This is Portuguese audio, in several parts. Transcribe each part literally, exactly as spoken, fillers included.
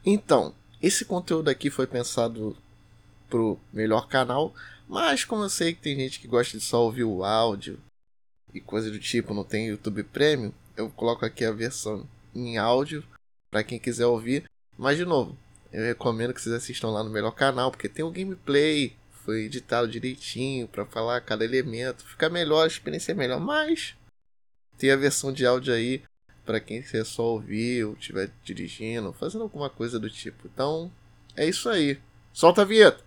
Então, esse conteúdo aqui foi pensado pro melhor canal, mas como eu sei que tem gente que gosta de só ouvir o áudio e coisa do tipo, não tem YouTube Premium, eu coloco aqui a versão em áudio para quem quiser ouvir. Mas de novo, eu recomendo que vocês assistam lá no melhor canal, porque tem um gameplay, foi editado direitinho para falar cada elemento, fica melhor, a experiência é melhor, mas tem a versão de áudio aí para quem quiser só ouvir ou estiver dirigindo, fazendo alguma coisa do tipo. Então, é isso aí. Solta a vinheta!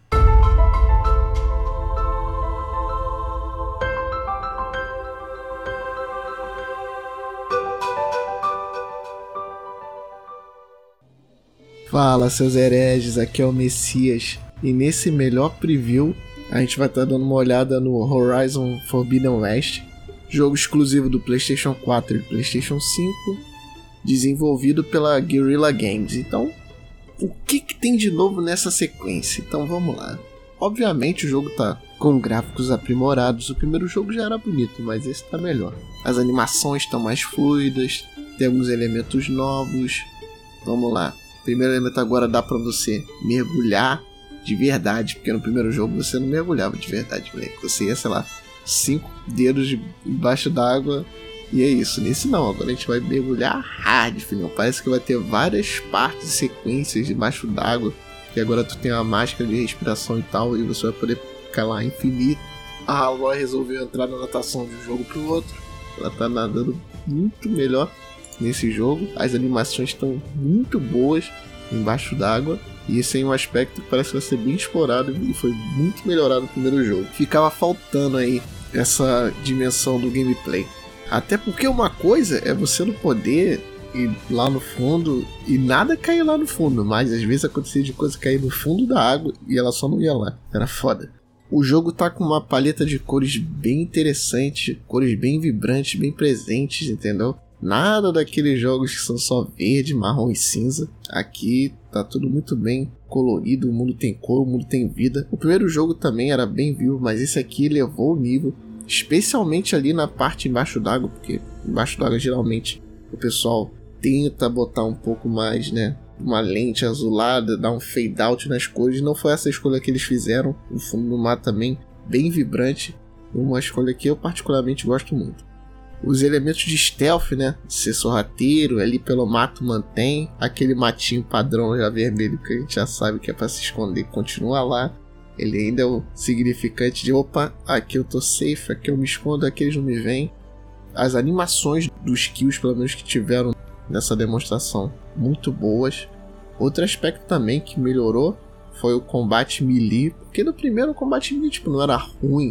Fala, seus hereges, aqui é o Messias. E nesse melhor preview, a gente vai estar dando uma olhada no Horizon Forbidden West, jogo exclusivo do PlayStation quatro e PlayStation cinco, desenvolvido pela Guerrilla Games. Então, o que, que tem de novo nessa sequência? Então vamos lá. Obviamente o jogo tá com gráficos aprimorados. O primeiro jogo já era bonito, mas esse tá melhor. As animações estão mais fluidas, tem alguns elementos novos. Vamos lá. O primeiro elemento agora dá pra você mergulhar de verdade, porque no primeiro jogo você não mergulhava de verdade, moleque. Você ia, sei lá, cinco dedos embaixo d'água e é isso. Nesse não, agora a gente vai mergulhar hard, filhão. Parece que vai ter várias partes e sequências debaixo d'água, que agora tu tem uma máscara de respiração e tal, e você vai poder ficar lá infinito. A Aloy resolveu entrar na natação de um jogo pro outro. Ela tá nadando muito melhor nesse jogo. As animações estão muito boas embaixo d'água, e esse é um aspecto que parece que vai ser bem explorado e foi muito melhorado no primeiro jogo. Ficava faltando aí essa dimensão do gameplay. Até porque uma coisa é você não poder ir lá no fundo e nada cair lá no fundo, mas às vezes acontecia de coisa cair no fundo da água e ela só não ia lá. Era foda. O jogo tá com uma paleta de cores bem interessante, cores bem vibrantes, bem presentes, entendeu? Nada daqueles jogos que são só verde, marrom e cinza. Aqui tá tudo muito bem colorido, o mundo tem cor, o mundo tem vida. O primeiro jogo também era bem vivo, mas esse aqui elevou o nível, especialmente ali na parte embaixo d'água, porque embaixo d'água geralmente o pessoal tenta botar um pouco mais, né, uma lente azulada, dar um fade out nas cores. Não foi essa a escolha que eles fizeram. O fundo do mar também bem vibrante, uma escolha que eu particularmente gosto muito. Os elementos de stealth, né, de ser sorrateiro, ali pelo mato mantém. Aquele matinho padrão já vermelho que a gente já sabe que é para se esconder, continua lá. Ele ainda é o significante de opa, aqui eu tô safe, aqui eu me escondo, aqui eles não me veem. As animações dos kills, pelo menos que tiveram nessa demonstração, muito boas. Outro aspecto também que melhorou foi o combate melee, porque no primeiro o combate melee tipo, não era ruim,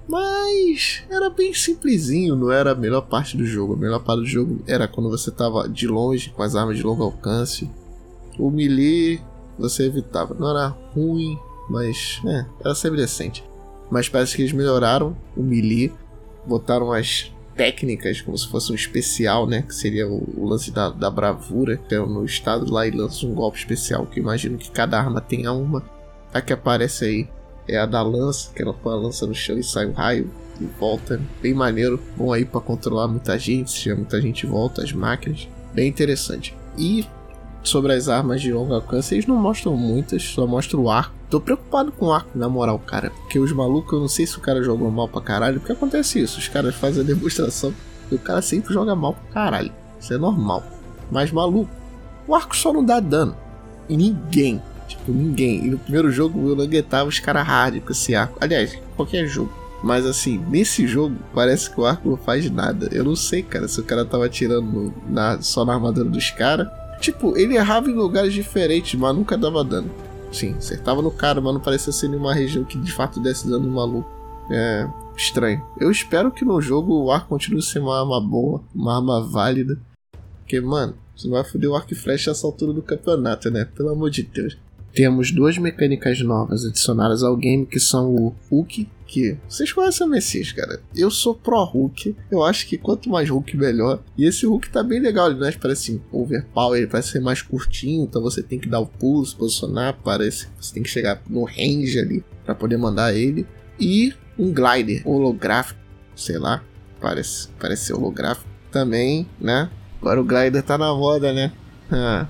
mas era bem simplesinho, não era a melhor parte do jogo. A melhor parte do jogo era quando você tava de longe, com as armas de longo alcance. O melee você evitava, não era ruim, mas é, era sempre decente. Mas parece que eles melhoraram o melee, botaram as técnicas como se fosse um especial, né, que seria o, o lance da, da bravura, que é no estado lá e lança um golpe especial, que eu imagino que cada arma tenha uma. A que aparece aí é a da lança, que ela põe a lança no chão e sai um raio e volta, bem maneiro, bom aí pra controlar muita gente, se tiver muita gente volta, as máquinas, bem interessante. E sobre as armas de longo alcance, eles não mostram muitas, só mostram o arco. Tô preocupado com o arco, na moral, cara, porque os malucos, eu não sei se o cara jogou mal pra caralho, porque acontece isso, os caras fazem a demonstração e o cara sempre joga mal pra caralho, isso é normal. Mas maluco, o arco só não dá dano em ninguém. Tipo, ninguém. E no primeiro jogo eu languetava os caras hard com esse arco. Aliás, qualquer jogo. Mas assim, nesse jogo parece que o arco não faz nada. Eu não sei, cara, se o cara tava atirando na, só na armadura dos caras. Tipo, ele errava em lugares diferentes, mas nunca dava dano. Sim, acertava no cara, mas não parecia ser nenhuma região que de fato desse dano no maluco. É estranho. Eu espero que no jogo o arco continue sendo uma arma boa, uma arma válida. Porque, mano, você não vai foder o arco e flecha essa altura do campeonato, né? Pelo amor de Deus. Temos duas mecânicas novas adicionadas ao game, que são o Hook, que vocês conhecem o Messias, cara. Eu sou pro Hook, eu acho que quanto mais Hook melhor. E esse Hook tá bem legal, ele não é, parece assim, overpower, ele parece ser mais curtinho, então você tem que dar o pulo, se posicionar, parece você tem que chegar no range ali pra poder mandar ele. E um glider holográfico, sei lá, parece, parece ser holográfico também, né? Agora o glider tá na moda, né? Ah.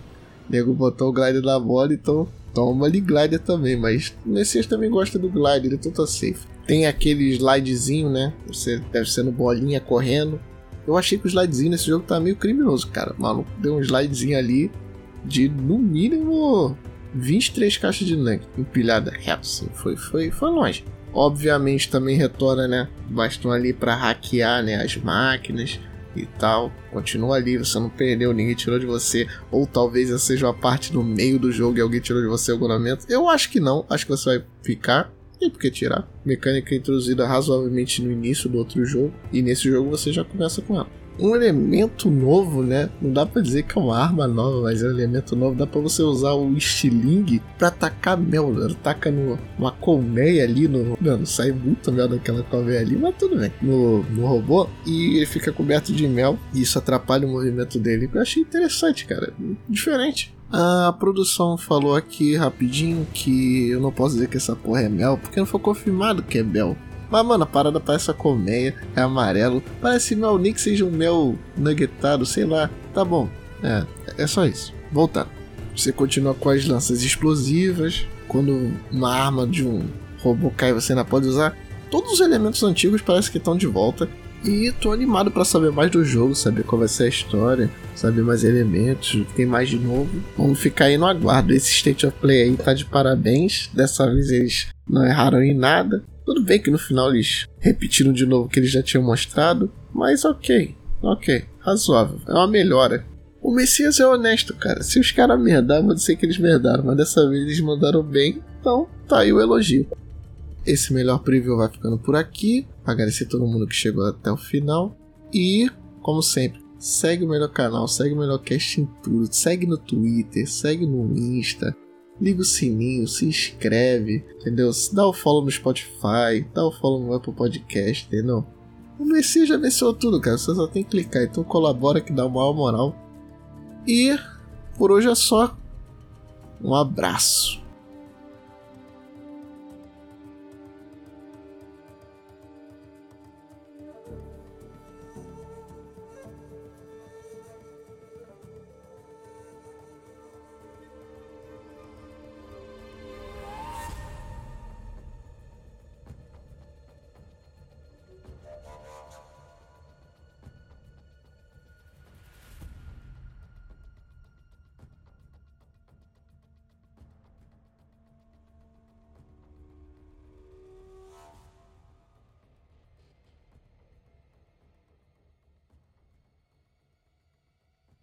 nego botou o glider na bola, então toma ali glider também. Mas o Messias também gosta do glider, então tá safe. Tem aquele slidezinho, né? Você deve ser no bolinha correndo. Eu achei que o slidezinho nesse jogo tá meio criminoso, cara. O maluco deu um slidezinho ali de, no mínimo, vinte e três caixas de Nugget empilhada reto, assim. Foi, foi, foi longe. Obviamente também retorna, né? Bastam ali pra hackear, né, as máquinas e tal. Continua ali, você não perdeu, ninguém tirou de você. Ou talvez essa seja uma parte no meio do jogo e alguém tirou de você em algum momento. Eu acho que não, acho que você vai ficar. E por que tirar? Mecânica introduzida razoavelmente no início do outro jogo. E nesse jogo você já começa com ela. Um elemento novo, né? Não dá pra dizer que é uma arma nova, mas é um elemento novo. Dá pra você usar o estilingue pra atacar mel. Né? Taca no, uma colmeia ali no... Mano, sai muito mel daquela colmeia ali, mas tudo bem. No, no robô. E ele fica coberto de mel. E isso atrapalha o movimento dele. Eu achei interessante, cara. Diferente. A produção falou aqui rapidinho que eu não posso dizer que essa porra é mel, porque não foi confirmado que é mel. Mas, mano, a parada parece a colmeia, é amarelo. Parece mel, nem que seja um mel nuggetado, sei lá. Tá bom, é, é só isso. Voltando. Você continua com as lanças explosivas. Quando uma arma de um robô cai, você ainda pode usar. Todos os elementos antigos parece que estão de volta. E tô animado pra saber mais do jogo, saber qual vai ser a história, saber mais elementos, tem mais de novo. Vamos ficar aí no aguardo. Esse State of Play aí tá de parabéns. Dessa vez eles não erraram em nada. Tudo bem que no final eles repetiram de novo o que eles já tinham mostrado, mas ok, ok, razoável, é uma melhora. O Messias é honesto, cara. Se os caras merdaram, eu vou dizer que eles merdaram, mas dessa vez eles mandaram bem, então tá aí o elogio. Esse melhor preview vai ficando por aqui. Agradecer a todo mundo que chegou até o final. E, como sempre, segue o melhor canal, segue o melhor cast em tudo. Segue no Twitter, segue no Insta. Liga o sininho, se inscreve, entendeu? Dá o follow no Spotify, dá o follow no Apple Podcast, entendeu? O Messias já venceu tudo, cara. Você só tem que clicar. Então colabora que dá uma maior moral. E por hoje é só. Um abraço.